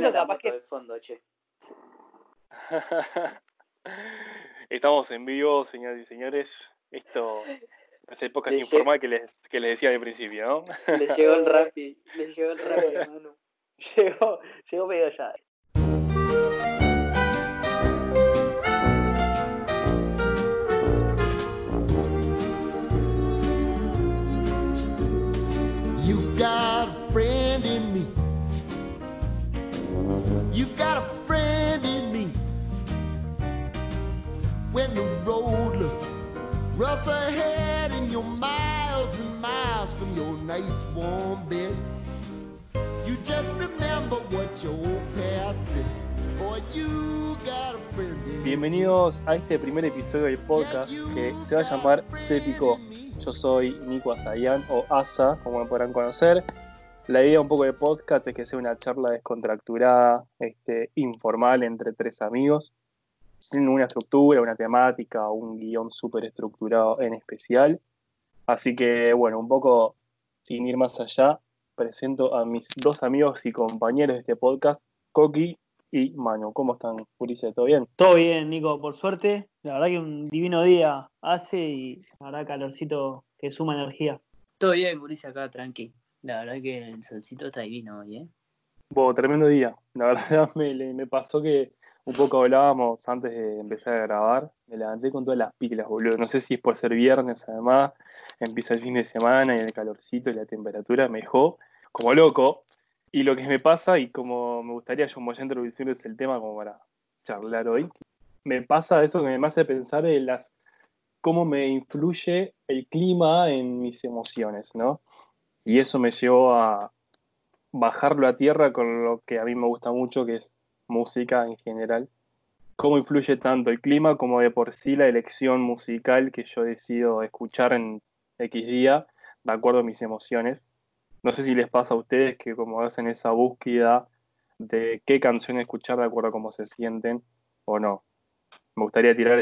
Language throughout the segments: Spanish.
eso capaz que... de fondo, che. Estamos en vivo, señoras y señores. Esto es el podcast Le informal que les decía al principio, ¿no? Le llegó el Rappi, Manu. Llegó medio ya. You've got a friend in me. You've got a friend in me. When the road looks rough ahead and you're miles and miles from your nice warm bed, you just remember what your old past said. Boy, you got a friend in me. Bienvenidos a este primer episodio del podcast que se va a llamar Se Picó. Yo soy Nico Azayán, o Asa, como me podrán conocer. La idea un poco de podcast es que sea una charla descontracturada, informal entre tres amigos, sin una estructura, una temática o un guión súper estructurado en especial. Así que, bueno, un poco sin ir más allá, presento a mis dos amigos y compañeros de este podcast, Coqui y Manu. ¿Cómo están, Ulises? ¿Todo bien? Todo bien, Nico, por suerte. La verdad que un divino día hace y la verdad calorcito que suma energía. Todo bien, Gurice, acá, tranqui. La verdad que el solcito está divino hoy, ¿eh? Bueno, tremendo día. La verdad me pasó que un poco hablábamos antes de empezar a grabar. Me levanté con todas las pilas, boludo. No sé si es por ser viernes, además. Empieza el fin de semana y el calorcito y la temperatura me dejó como loco. Y lo que me pasa, y como me gustaría yo como ya introducirles el tema como para charlar hoy, me pasa eso que me hace pensar en cómo me influye el clima en mis emociones, ¿no? Y eso me llevó a bajarlo a tierra con lo que a mí me gusta mucho, que es música en general. Cómo influye tanto el clima como de por sí la elección musical que yo decido escuchar en X día, de acuerdo a mis emociones. No sé si les pasa a ustedes que como hacen esa búsqueda de qué canción escuchar de acuerdo a cómo se sienten o no. Me gustaría tirar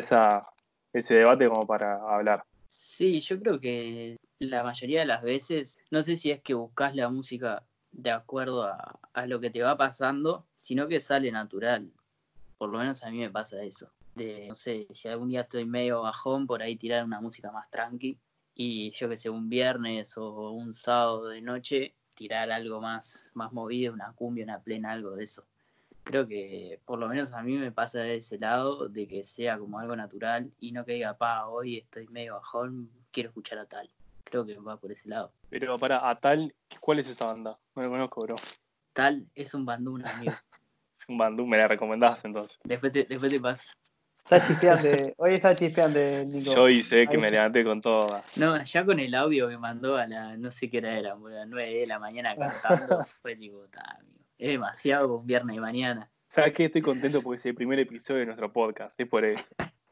ese debate como para hablar. Sí, yo creo que la mayoría de las veces, no sé si es que buscas la música de acuerdo a lo que te va pasando, sino que sale natural. Por lo menos a mí me pasa eso. No sé, si algún día estoy medio bajón, por ahí tirar una música más tranqui. Y yo que sé, un viernes o un sábado de noche, tirar algo más movido, una cumbia, una plena, algo de eso. Creo que por lo menos a mí me pasa de ese lado, de que sea como algo natural y no que diga, hoy estoy medio bajón, quiero escuchar a tal. Creo que va por ese lado. Pero para Atal, ¿cuál es esa banda? No la conozco, bro. Tal es un bandún, amigo. Es un bandú, me la recomendás entonces. Después te paso. Está chispeante, hoy está chispeante, Nico. Yo hice que Ahí me levanté con todo. No, ya con el audio que mandó a no sé qué hora era, a las 9 de la mañana cantando, fue tipo, amigo. Es demasiado con viernes y mañana. ¿Sabes qué? Estoy contento porque es el primer episodio de nuestro podcast, es por eso.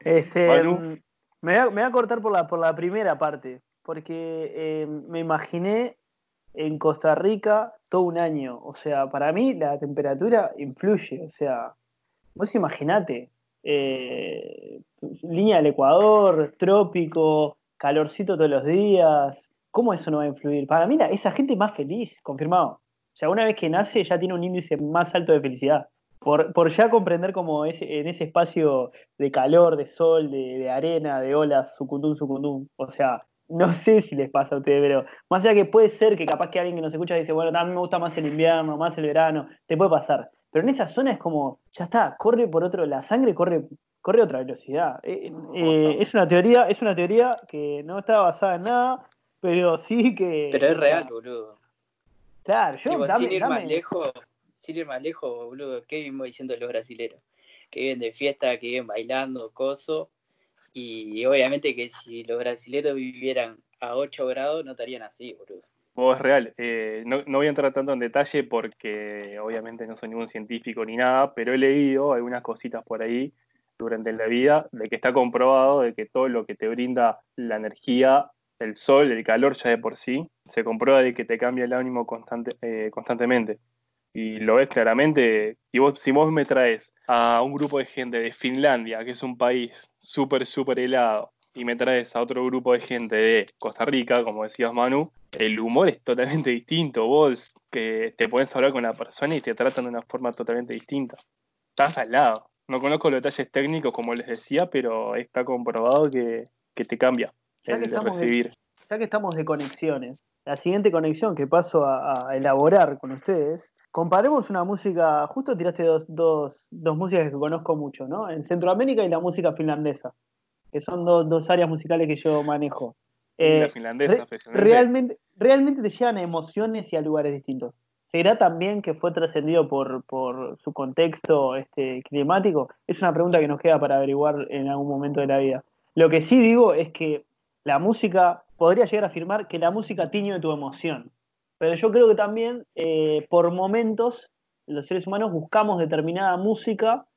Me voy a cortar por la primera parte, porque me imaginé en Costa Rica todo un año. O sea, para mí la temperatura influye. O sea, vos imaginate, línea del Ecuador, trópico, calorcito todos los días. ¿Cómo eso no va a influir? Para mí esa gente es más feliz, confirmado. O sea, una vez que nace ya tiene un índice más alto de felicidad. Por ya comprender como en ese espacio de calor, de sol, de arena, de olas, sucundum, sucundum. O sea, no sé si les pasa a ustedes, pero más allá que puede ser que capaz que alguien que nos escucha dice, bueno, a mí me gusta más el invierno, más el verano, te puede pasar. Pero en esa zona es como, ya está, corre por la sangre corre a otra velocidad. Es una teoría que no está basada en nada, pero sí que... Pero es real, boludo. Claro, sin ir más lejos, boludo, ¿qué vimos diciendo los brasileros? Que viven de fiesta, que viven bailando, coso. Y obviamente que si los brasileros vivieran a 8 grados, no estarían así, boludo. Es real. No voy a entrar tanto en detalle porque obviamente no soy ningún científico ni nada, pero he leído algunas cositas por ahí durante la vida de que está comprobado de que todo lo que te brinda la energía, el sol, el calor ya de por sí, se comprueba de que te cambia el ánimo constantemente. Y lo ves claramente, si vos me traes a un grupo de gente de Finlandia, que es un país súper, súper helado, y me traes a otro grupo de gente de Costa Rica, como decías Manu, el humor es totalmente distinto. Vos que te podés hablar con la persona y te tratan de una forma totalmente distinta. Estás al lado. No conozco los detalles técnicos, como les decía, pero está comprobado que te cambia Ya que el estamos recibir. ya que estamos de conexiones, la siguiente conexión que paso a elaborar con ustedes, comparemos una música, justo tiraste dos músicas que conozco mucho, ¿no? En Centroamérica y la música finlandesa, que son dos áreas musicales que yo manejo. Y la finlandesa, especialmente. Realmente te llevan a emociones y a lugares distintos. ¿Será también que fue trascendido por su contexto climático? Es una pregunta que nos queda para averiguar en algún momento de la vida. Lo que sí digo es que la música, podría llegar a afirmar que la música tiñe tu emoción. Pero yo creo que también, por momentos, los seres humanos buscamos determinada música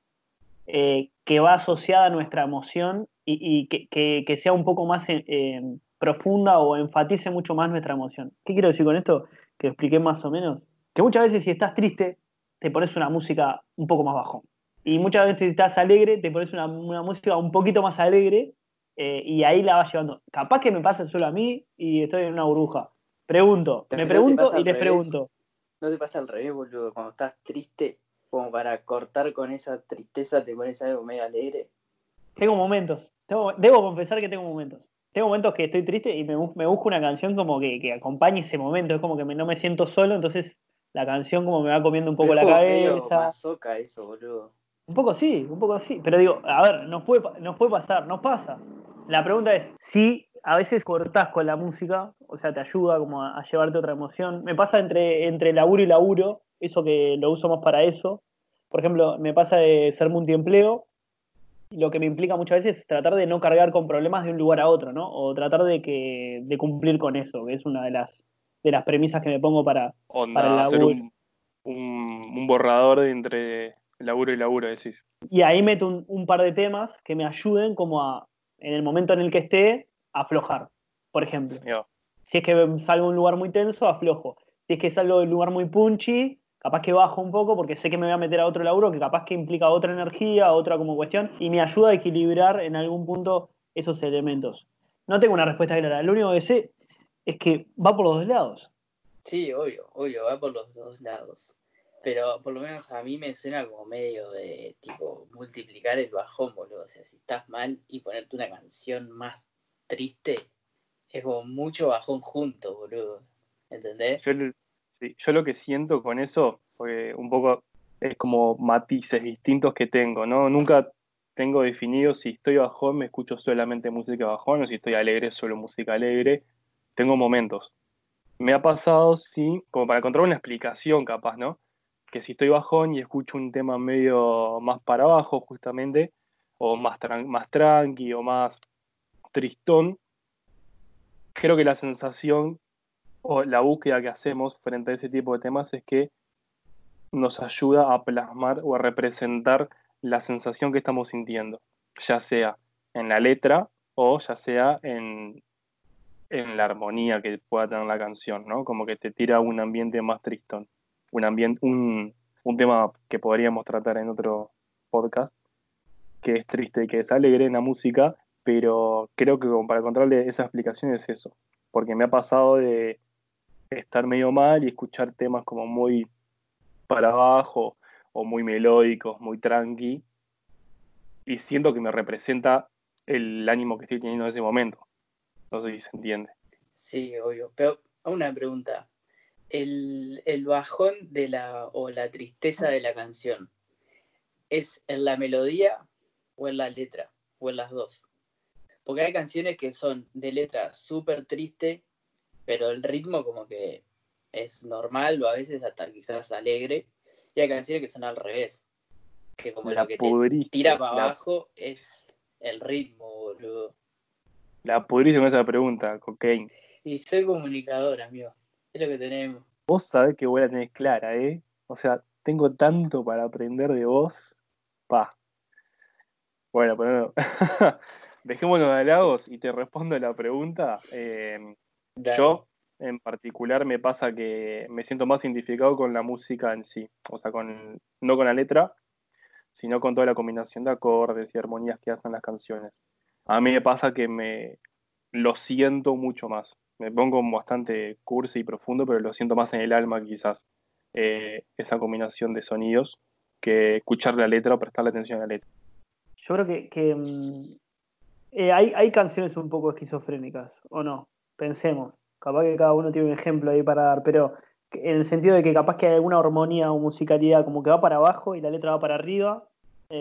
que va asociada a nuestra emoción y que sea un poco más profunda o enfatice mucho más nuestra emoción. ¿Qué quiero decir con esto? Que expliqué más o menos. Que muchas veces si estás triste, te pones una música un poco más bajón. Y muchas veces si estás alegre, te pones una música un poquito más alegre y ahí la vas llevando. Capaz que me pasa solo a mí y estoy en una burbuja. Me Pero no te pregunto pasa y al les revés. pregunto. ¿No te pasa al revés, boludo? Cuando estás triste, como para cortar con esa tristeza, te pones algo medio alegre. Tengo momentos. Debo confesar que tengo momentos. Tengo momentos que estoy triste y me busco una canción como que acompañe ese momento. Es como que no me siento solo, entonces la canción como me va comiendo un poco Pero es la como medio cabeza. masoca eso, boludo. Un poco sí. Pero digo, a ver, nos puede pasar, nos pasa. La pregunta es, si a veces cortás con la música, o sea, te ayuda como a llevarte otra emoción. Me pasa entre laburo y laburo, eso que lo uso más para eso. Por ejemplo, me pasa de ser multiempleo lo que me implica muchas veces es tratar de no cargar con problemas de un lugar a otro, ¿no? O tratar de cumplir con eso, que es una de las premisas que me pongo para el Onda, hacer laburo. un borrador de entre laburo y laburo, decís. Y ahí meto un par de temas que me ayuden como en el momento en el que esté, a aflojar, por ejemplo. Mirá. Si es que salgo de un lugar muy tenso, aflojo. Si es que salgo de un lugar muy punchy, capaz que bajo un poco porque sé que me voy a meter a otro laburo que capaz que implica otra energía, otra como cuestión, y me ayuda a equilibrar en algún punto esos elementos. No tengo una respuesta clara. Lo único que sé es que va por los dos lados. Sí, obvio, va por los dos lados. Pero por lo menos a mí me suena como medio de tipo multiplicar el bajón, boludo. O sea, si estás mal y ponerte una canción más triste, es como mucho bajón junto, boludo. ¿Entendés? Sí, yo lo que siento con eso, porque un poco es como matices distintos que tengo, ¿no? Nunca tengo definido si estoy bajón, me escucho solamente música bajón, o si estoy alegre, solo música alegre. Tengo momentos. Me ha pasado, sí, como para encontrar una explicación capaz, ¿no? Que si estoy bajón y escucho un tema medio más para abajo, justamente, o más tranqui, o más tristón, creo que la sensación o la búsqueda que hacemos frente a ese tipo de temas es que nos ayuda a plasmar o a representar la sensación que estamos sintiendo, ya sea en la letra o ya sea en la armonía que pueda tener la canción, ¿no? Como que te tira un ambiente más tristón, un tema que podríamos tratar en otro podcast, que es triste y que es alegre en la música, pero creo que como para encontrarle esa explicación es eso, porque me ha pasado de estar medio mal y escuchar temas como muy para abajo o muy melódicos, muy tranqui, y siento que me representa el ánimo que estoy teniendo en ese momento. No sé si se entiende. Sí, obvio. Pero una pregunta. El bajón o la tristeza de la canción, ¿es en la melodía o en la letra? ¿O en las dos? Porque hay canciones que son de letra súper triste, pero el ritmo como que es normal o a veces hasta quizás alegre. Y hay canciones que son al revés, que como La lo que te pudriste, tira para abajo es el ritmo, boludo. la pudriste con esa pregunta, Cocaine. Y soy comunicador, amigo. Es lo que tenemos. Vos sabés que vos la tenés clara, ¿eh? O sea, tengo tanto para aprender de vos. Pa. Bueno, pero no. Dejémonos de halagos y te respondo la pregunta. Dale. Yo, en particular, me pasa que me siento más identificado con la música en sí. O sea, no con la letra, sino con toda la combinación de acordes y armonías que hacen las canciones. A mí me pasa que me lo siento mucho más. Me pongo bastante cursi y profundo, pero lo siento más en el alma quizás, esa combinación de sonidos, que escuchar la letra o prestarle atención a la letra. Yo creo que hay canciones un poco esquizofrénicas, ¿o no? Pensemos. Capaz que cada uno tiene un ejemplo ahí para dar, pero en el sentido de que capaz que hay alguna armonía o musicalidad como que va para abajo y la letra va para arriba,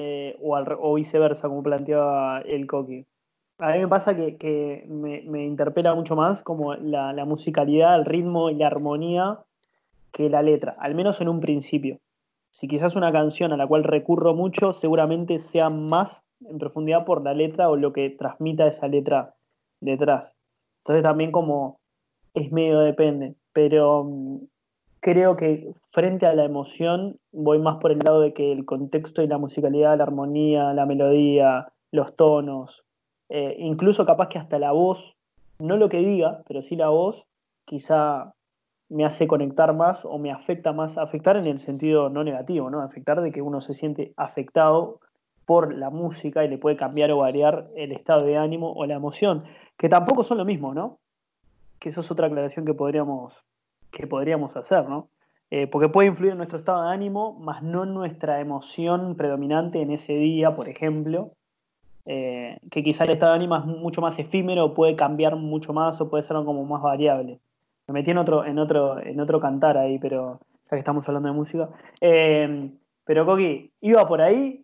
o viceversa, como planteaba el Coqui. A mí me pasa que me interpela mucho más como la musicalidad, el ritmo y la armonía que la letra, al menos en un principio. Si quizás una canción a la cual recurro mucho, seguramente sea más en profundidad por la letra o lo que transmita esa letra detrás. Entonces también como es medio depende, pero creo que frente a la emoción voy más por el lado de que el contexto y la musicalidad, la armonía, la melodía, los tonos, incluso capaz que hasta la voz, no lo que diga, pero sí la voz, quizá me hace conectar más o me afecta más, afectar en el sentido no negativo, ¿no? Afectar de que uno se siente afectado por la música y le puede cambiar o variar el estado de ánimo o la emoción, que tampoco son lo mismo, ¿no? Que eso es otra aclaración que podríamos hacer, ¿no? Porque puede influir en nuestro estado de ánimo, más no en nuestra emoción predominante en ese día, por ejemplo, que quizá el estado de ánimo es mucho más efímero, puede cambiar mucho más o puede ser como más variable. Me metí en otro cantar ahí, pero ya que estamos hablando de música. Pero Coqui, ¿iba por ahí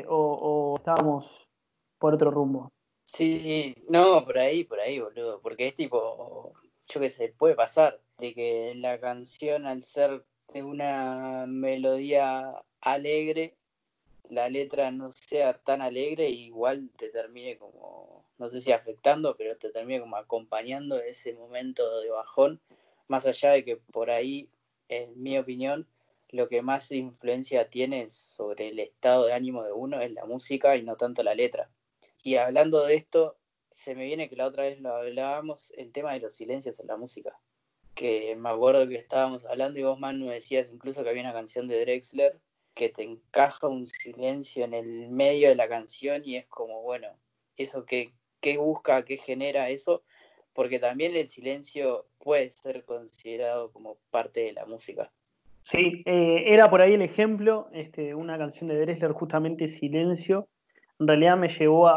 o estábamos por otro rumbo? Sí, no, por ahí, boludo, porque es tipo, yo qué sé, puede pasar de que la canción al ser de una melodía alegre, la letra no sea tan alegre, y igual te termine como, no sé si afectando, pero te termine como acompañando ese momento de bajón, más allá de que por ahí, en mi opinión, lo que más influencia tiene sobre el estado de ánimo de uno es la música y no tanto la letra. Y hablando de esto, se me viene que la otra vez lo hablábamos, el tema de los silencios en la música. Que me acuerdo que estábamos hablando y vos, Manu, decías incluso que había una canción de Drexler que te encaja un silencio en el medio de la canción y es como, bueno, eso qué busca, qué genera eso, porque también el silencio puede ser considerado como parte de la música. Sí, era por ahí el ejemplo, una canción de Drexler, justamente Silencio. En realidad me llevó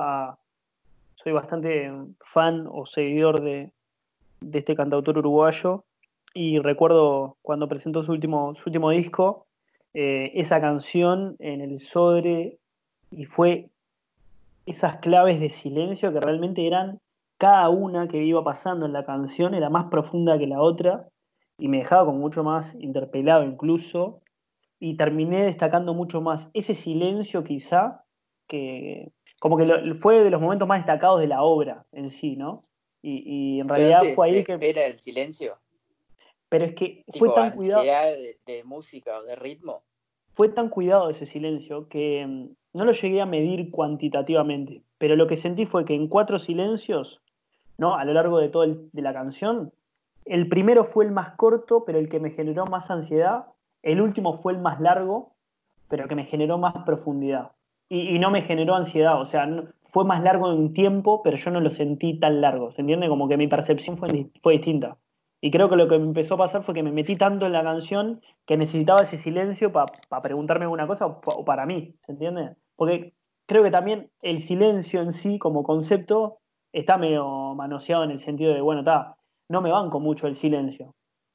soy bastante fan o seguidor de este cantautor uruguayo y recuerdo cuando presentó su último disco, esa canción en el Sodre y fue esas claves de silencio que realmente eran cada una que iba pasando en la canción era más profunda que la otra y me dejaba como mucho más interpelado incluso y terminé destacando mucho más ese silencio quizá que como que fue de los momentos más destacados de la obra en sí, ¿no? Y en Pero no realidad te fue ahí que, desespera el silencio, pero es que fue tipo tan cuidado, ansiedad de música o de ritmo. fue tan cuidado ese silencio que no lo llegué a medir cuantitativamente, pero lo que sentí fue que en 4 silencios, ¿no? A lo largo de de la canción, el primero fue el más corto, pero el que me generó más ansiedad, el último fue el más largo, pero que me generó más profundidad. Y no me generó ansiedad, o sea, fue más largo en tiempo, pero yo no lo sentí tan largo, ¿se entiende? Como que mi percepción fue distinta. Y creo que lo que me empezó a pasar fue que me metí tanto en la canción que necesitaba ese silencio para preguntarme alguna cosa o para mí, ¿se entiende? Porque creo que también el silencio en sí como concepto está medio manoseado en el sentido de, bueno, no me banco mucho el silencio.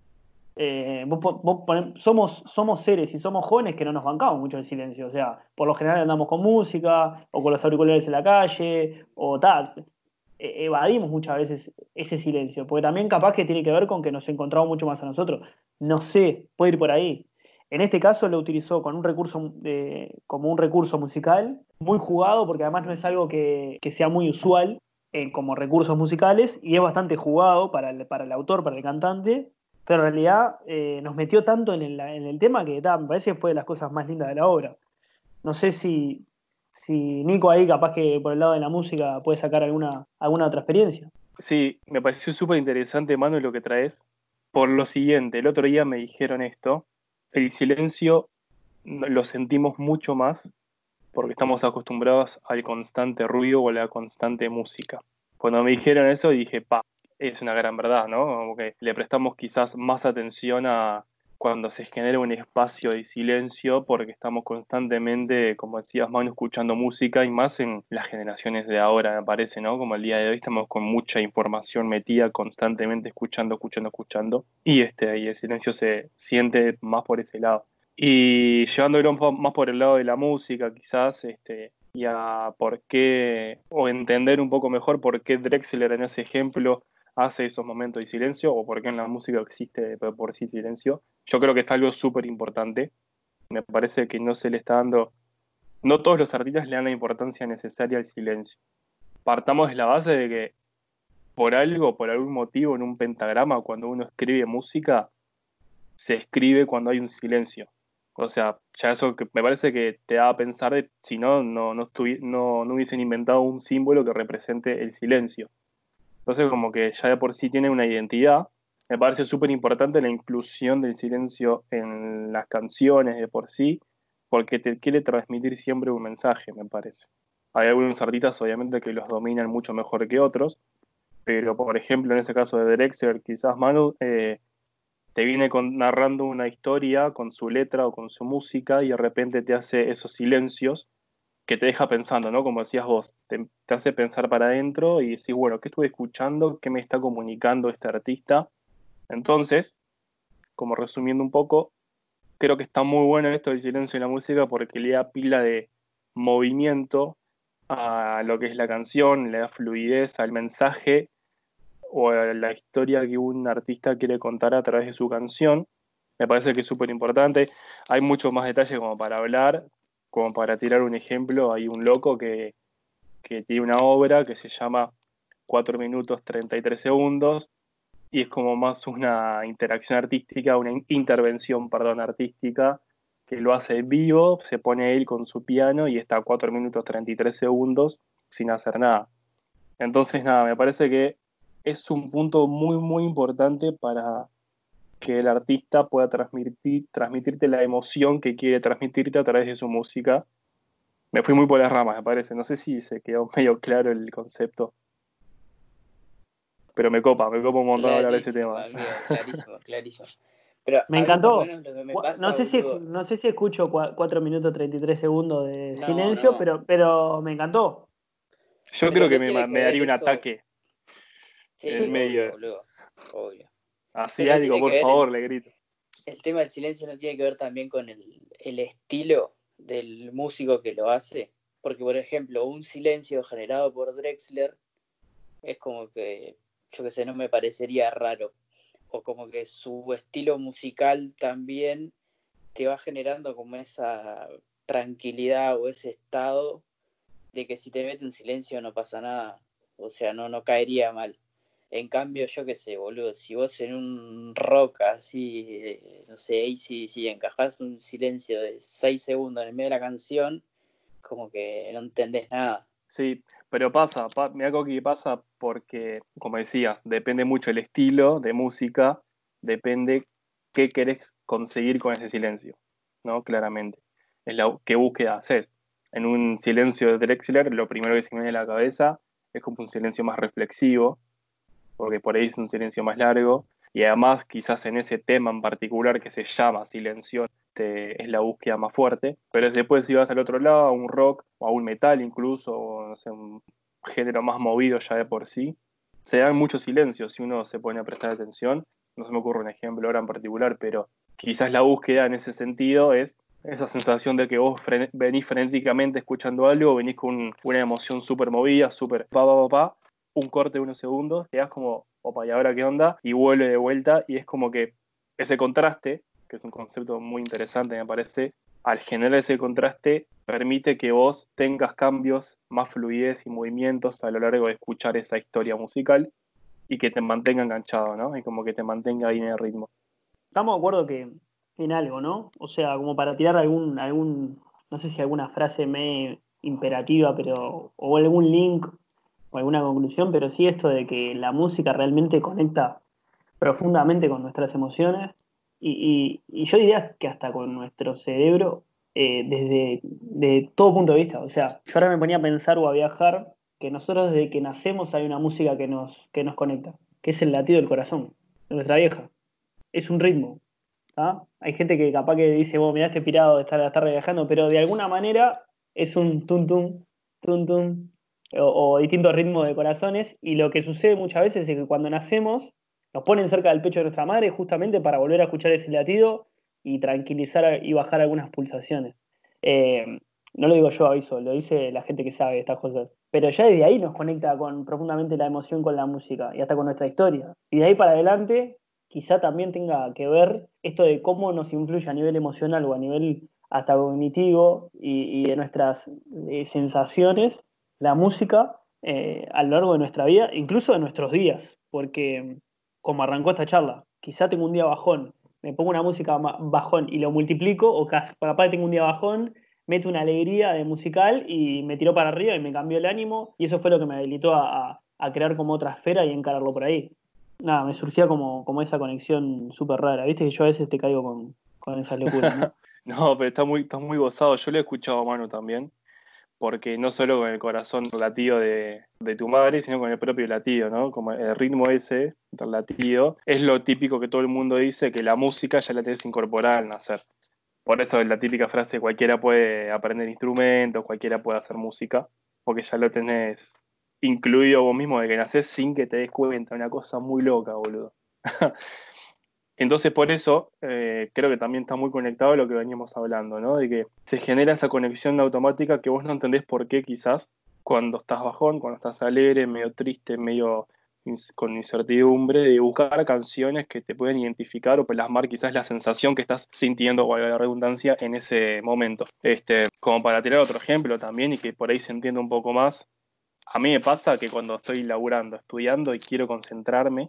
Somos seres y somos jóvenes que no nos bancamos mucho el silencio. O sea, por lo general andamos con música o con los auriculares en la calle o tal. Evadimos muchas veces ese silencio, porque también capaz que tiene que ver con que nos encontramos mucho más a nosotros. No sé, puede ir por ahí. En este caso lo utilizó con un recurso como un recurso musical, muy jugado, porque además no es algo que sea muy usual como recursos musicales, y es bastante jugado para el autor, para el cantante, pero en realidad nos metió tanto en el tema que me parece que fue de las cosas más lindas de la obra. No sé si Nico ahí capaz que por el lado de la música puede sacar alguna otra experiencia. Sí, me pareció súper interesante, Manu, lo que traes. Por lo siguiente, el otro día me dijeron esto, el silencio lo sentimos mucho más porque estamos acostumbrados al constante ruido o a la constante música. Cuando me dijeron eso dije, es una gran verdad, ¿no? Como que le prestamos quizás más atención a cuando se genera un espacio de silencio porque estamos constantemente, como decías, Manu, escuchando música y más en las generaciones de ahora, me parece, ¿no? Como el día de hoy estamos con mucha información metida constantemente escuchando y el silencio se siente más por ese lado. Y llevándolo un poco más por el lado de la música, quizás, y a por qué, o entender un poco mejor por qué Drexler en ese ejemplo hace esos momentos de silencio, o por qué en la música existe por sí silencio. Yo creo que es algo súper importante. Me parece que no se le está dando, no todos los artistas le dan la importancia necesaria al silencio. Partamos de la base de que por algo, por algún motivo, en un pentagrama, cuando uno escribe música, se escribe cuando hay un silencio. O sea, ya eso que me parece que te da a pensar de si no hubiesen inventado un símbolo que represente el silencio. Entonces, como que ya de por sí tiene una identidad. Me parece súper importante la inclusión del silencio en las canciones de por sí, porque te quiere transmitir siempre un mensaje, me parece. Hay algunos artistas, obviamente, que los dominan mucho mejor que otros, pero por ejemplo, en ese caso de Drexler, quizás Manu, te viene narrando una historia con su letra o con su música y de repente te hace esos silencios que te deja pensando, ¿no? Como decías vos, te hace pensar para adentro y decís, bueno, ¿qué estuve escuchando? ¿Qué me está comunicando este artista? Entonces, como resumiendo un poco, creo que está muy bueno esto del silencio en la música porque le da pila de movimiento a lo que es la canción, le da fluidez al mensaje o a la historia que un artista quiere contar a través de su canción. Me parece que es súper importante. Hay muchos más detalles como para hablar, como para tirar un ejemplo. Hay un loco que tiene una obra que se llama 4 minutos 33 segundos y es como más una interacción artística, una intervención, perdón, artística, que lo hace en vivo, se pone él con su piano y está 4 minutos 33 segundos sin hacer nada. Entonces, nada, me parece que es un punto muy, muy importante para que el artista pueda transmitirte la emoción que quiere transmitirte a través de su música. Me fui muy por las ramas, me parece. No sé si se quedó medio claro el concepto. Pero me copa un montón hablar de ese tema. Amigo, clarísimo. Pero Me a mí, por lo encantó. menos, lo que me pasa, No sé si escucho 4 minutos 33 segundos de No, silencio, no. pero me encantó. Yo Pero creo que no tiene que me ver daría un eso. ataque Sí, en el medio. boludo, obvio. Así Pero algo, tiene que por ver favor, le grito. el tema del silencio no tiene que ver también con el estilo del músico que lo hace. Porque, por ejemplo, un silencio generado por Drexler es como que, yo qué sé, no me parecería raro. O como que su estilo musical también te va generando como esa tranquilidad o ese estado de que si te mete un silencio no pasa nada. O sea, no caería mal. En cambio, yo qué sé, boludo, si vos en un rock así, no sé, si encajás un silencio de 6 segundos en el medio de la canción, como que no entendés nada. Sí, pero pasa, mira que pasa porque, como decías, depende mucho el estilo de música, depende qué querés conseguir con ese silencio, ¿no? Claramente. Es qué búsqueda haces. En un silencio de Drexler, lo primero que se me viene a la cabeza es como un silencio más reflexivo, porque por ahí es un silencio más largo, y además quizás en ese tema en particular que se llama silencio, es la búsqueda más fuerte, pero después si vas al otro lado, a un rock o a un metal incluso, o no sé, un género más movido ya de por sí, se dan muchos silencios si uno se pone a prestar atención. No se me ocurre un ejemplo ahora en particular, pero quizás la búsqueda en ese sentido es esa sensación de que vos venís frenéticamente escuchando algo, venís con una emoción súper movida, súper un corte de unos segundos, te das como, opa, ¿y ahora qué onda? Y vuelve de vuelta, y es como que ese contraste, que es un concepto muy interesante, me parece, al generar ese contraste, permite que vos tengas cambios, más fluidez y movimientos a lo largo de escuchar esa historia musical y que te mantenga enganchado, ¿no? Y como que te mantenga ahí en el ritmo. Estamos de acuerdo que en algo, ¿no? O sea, como para tirar no sé si alguna frase me imperativa, pero, o algún link o alguna conclusión, pero sí esto de que la música realmente conecta profundamente con nuestras emociones y yo diría que hasta con nuestro cerebro desde de todo punto de vista. O sea, yo ahora me ponía a pensar o a viajar que nosotros desde que nacemos hay una música que nos conecta, que es el latido del corazón, de nuestra vieja. Es un ritmo. ¿Ah? Hay gente que capaz que dice, vos mirá este pirado, está viajando, pero de alguna manera es un tum tum, o distintos ritmos de corazones, y lo que sucede muchas veces es que cuando nacemos nos ponen cerca del pecho de nuestra madre justamente para volver a escuchar ese latido y tranquilizar y bajar algunas pulsaciones. No lo digo yo, aviso, lo dice la gente que sabe estas cosas. Pero ya desde ahí nos conecta profundamente la emoción con la música y hasta con nuestra historia. Y de ahí para adelante quizá también tenga que ver esto de cómo nos influye a nivel emocional o a nivel hasta cognitivo y de nuestras sensaciones, la música a lo largo de nuestra vida, incluso de nuestros días, porque como arrancó esta charla, quizá tengo un día bajón, me pongo una música bajón y lo multiplico, o capaz tengo un día bajón, meto una alegría de musical y me tiró para arriba y me cambió el ánimo, y eso fue lo que me habilitó a crear como otra esfera y encararlo por ahí. Nada, me surgía como esa conexión súper rara. Viste que yo a veces te caigo con esas locuras, ¿no? No, pero está muy gozado. Yo lo he escuchado a Manu también, porque no solo con el corazón latido de tu madre, sino con el propio latido, ¿no? Como el ritmo ese del latido, es lo típico que todo el mundo dice, que la música ya la tenés incorporada al nacer. Por eso es la típica frase, cualquiera puede aprender instrumentos, cualquiera puede hacer música, porque ya lo tenés incluido vos mismo de que nacés sin que te des cuenta, una cosa muy loca, boludo. Entonces, por eso, creo que también está muy conectado a lo que veníamos hablando, ¿no? De que se genera esa conexión automática que vos no entendés por qué, quizás, cuando estás bajón, cuando estás alegre, medio triste, medio con incertidumbre, de buscar canciones que te pueden identificar o plasmar quizás la sensación que estás sintiendo, valga la redundancia, en ese momento. Como para tirar otro ejemplo también y que por ahí se entienda un poco más, a mí me pasa que cuando estoy laburando, estudiando y quiero concentrarme,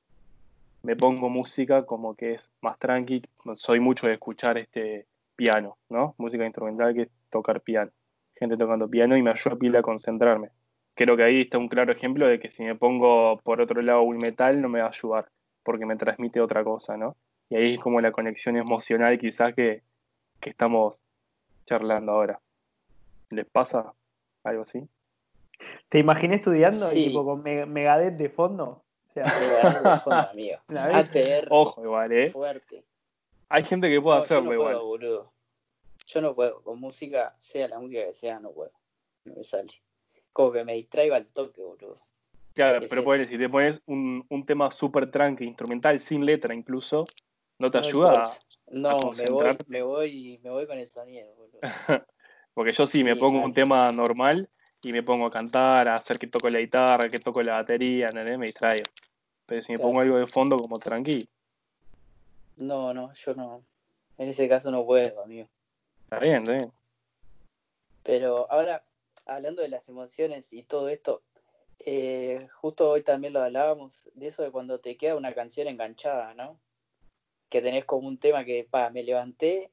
me pongo música como que es más tranqui, soy mucho de escuchar piano, ¿no? Música instrumental que es tocar piano, gente tocando piano y me ayuda a pila a concentrarme. Creo que ahí está un claro ejemplo de que si me pongo por otro lado un metal no me va a ayudar, porque me transmite otra cosa, ¿no? Y ahí es como la conexión emocional quizás que estamos charlando ahora. ¿Les pasa algo así? Te imaginé estudiando y tipo Sí, con Megadeth de fondo. O sea, me gané de fondo, amigo. ¿la ves? ATR, Ojo igual, ¿eh? fuerte. Hay gente que puede No, yo hacerlo no igual. puedo, boludo. Yo no puedo. Con música, sea la música que sea, no puedo. No me sale. Como que me distraigo al toque, boludo. Claro, Es pero eso. si te pones un tema súper tranqui, instrumental, sin letra incluso, ¿no te No ayuda importa. a No, concentrarte? me voy con el sonido, boludo. Porque yo sí me Sí, pongo un mal. tema normal y me pongo a cantar, a hacer que toco la guitarra, que toco la batería, ¿entendés? Me distraigo. Pero si me pongo Claro. algo de fondo como tranqui, No, yo no. En ese caso no puedo, amigo. está bien, ¿eh? Pero ahora, hablando de las emociones y todo esto, justo hoy también lo hablábamos, de eso de cuando te queda una canción enganchada, ¿no? Que tenés como un tema que, me levanté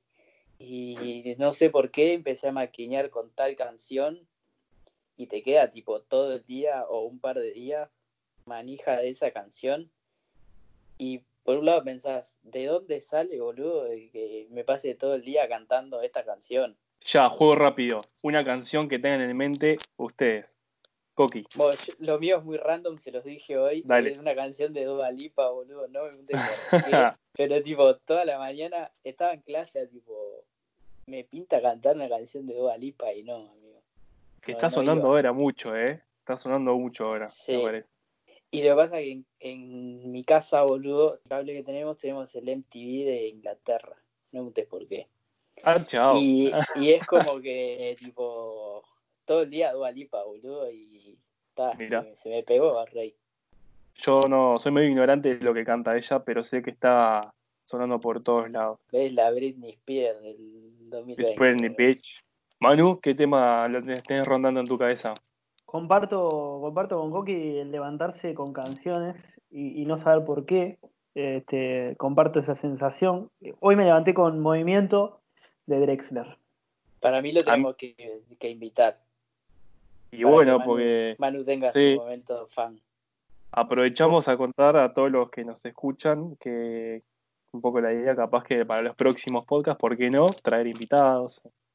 y no sé por qué empecé a maquinear con tal canción y te queda tipo todo el día o un par de días manija de esa canción y por un lado pensás, ¿de dónde sale, boludo, de que me pase todo el día cantando esta canción? Ya, juego rápido. Una canción que tengan en mente ustedes. Coqui, Bueno, lo mío es muy random, se los dije hoy, dale. es una canción de Dua Lipa, boludo, no me pregunten por qué, pero tipo, toda la mañana estaba en clase, tipo, me pinta cantar una canción de Dua Lipa y no, amigo, Que no, está no sonando iba. ahora mucho, ¿eh? Está sonando mucho ahora, me Sí, parece. y lo que pasa es que en mi casa, boludo, el cable que tenemos el MTV de Inglaterra, no me preguntes por qué. Ah, chao. Y es como que, tipo, todo el día Dua Lipa, boludo, y Mira, se me pegó a rey. yo no soy medio ignorante de lo que canta ella, pero sé que está sonando por todos lados. ¿Ves la Britney Spears del 2020, Britney boludo? Beach. Manu, ¿qué tema lo tenés rondando en tu cabeza? Comparto con Coqui el levantarse con canciones y no saber por qué. Comparto esa sensación. Hoy me levanté con Movimiento de Drexler. Para mí lo A mí- tenemos que invitar, y para que bueno, porque Manu tenga su sí, momento fan. aprovechamos a contar a todos los que nos escuchan que un poco la idea capaz que para los próximos podcasts, ¿por qué no? Traer invitados,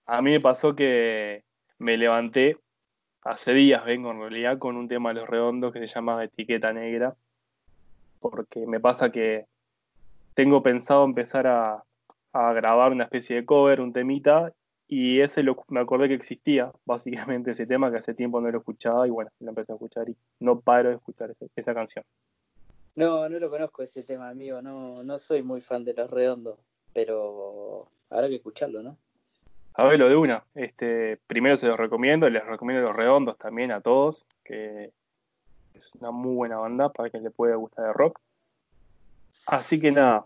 A mí me pasó que me levanté, hace días vengo en realidad, con un tema de Los Redondos que se llama Etiqueta Negra, porque me pasa que tengo pensado empezar a grabar una especie de cover, un temita, y me acordé que existía, básicamente ese tema, que hace tiempo no lo escuchaba, y bueno, lo empecé a escuchar y no paro de escuchar esa canción. No lo conozco ese tema, amigo. No soy muy fan de Los Redondos, pero habrá que escucharlo, ¿no? A verlo de una. Primero se los recomiendo, les recomiendo Los Redondos también a todos, que es una muy buena banda para que les pueda gustar el rock. Así que nada,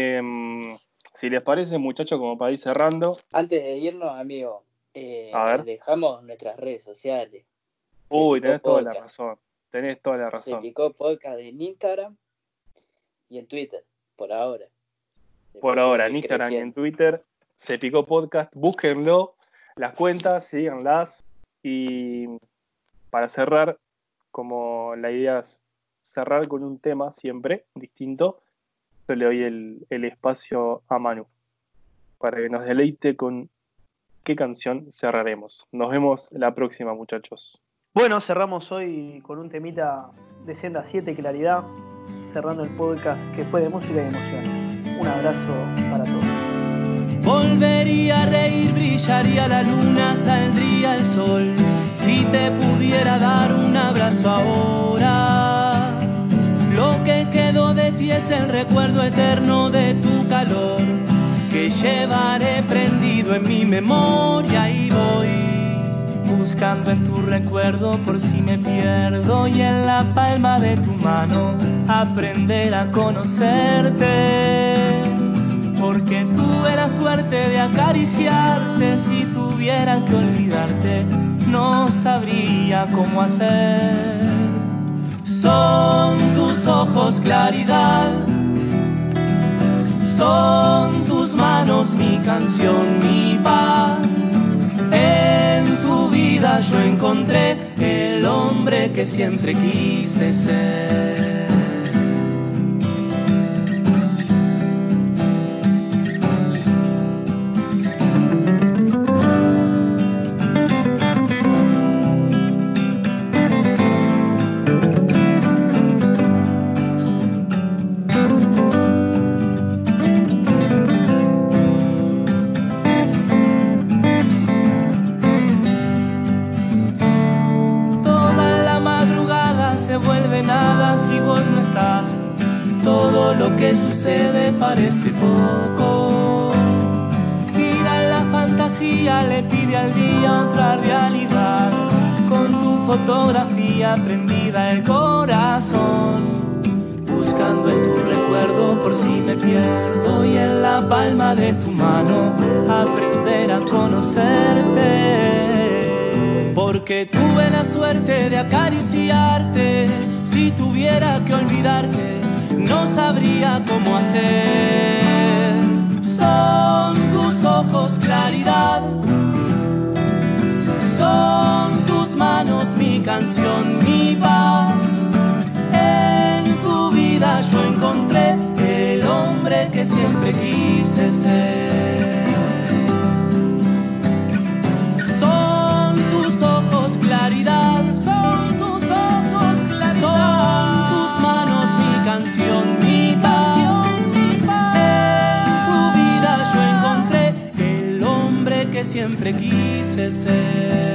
si les parece, muchachos, como para ir cerrando. Antes de irnos, amigo, A ver. dejamos nuestras redes sociales. Uy, tenés toda la razón. Se Picó Podcast en Instagram y en Twitter, por ahora. Por ahora, en Instagram y en Twitter, Se Picó Podcast. Búsquenlo, las cuentas, síganlas. Y para cerrar, como la idea es cerrar con un tema siempre distinto, yo le doy el espacio a Manu para que nos deleite con qué canción cerraremos. Nos vemos la próxima, muchachos. Bueno, cerramos hoy con un temita de Senda 7, Claridad, cerrando el podcast que fue de música y emociones. Un abrazo para todos. Volvería a reír, brillaría la luna, saldría el sol. Si te pudiera dar un abrazo ahora, lo que quedó de ti es el recuerdo eterno de tu calor, que llevaré prendido en mi memoria y voy buscando en tu recuerdo por si me pierdo, y en la palma de tu mano aprender a conocerte, porque tuve la suerte de acariciarte. Si tuviera que olvidarte, no sabría cómo hacer. Son tus ojos claridad, son tus manos mi canción, mi paz. En tu vida yo encontré el hombre que siempre quise ser. Todo lo que sucede parece poco. Gira la fantasía, le pide al día otra realidad. Con tu fotografía prendida el corazón, buscando en tu recuerdo por si me pierdo, y en la palma de tu mano aprender a conocerte. Porque tuve la suerte de acariciarte. Si tuviera que olvidarte, no sabría cómo hacer. Son tus ojos claridad, son tus manos mi canción, mi paz. En tu vida yo encontré el hombre que siempre quise ser. Son tus ojos claridad, son tus ojos claridad, son tus manos mi canción, mi paz. En tu vida yo encontré el hombre que siempre quise ser.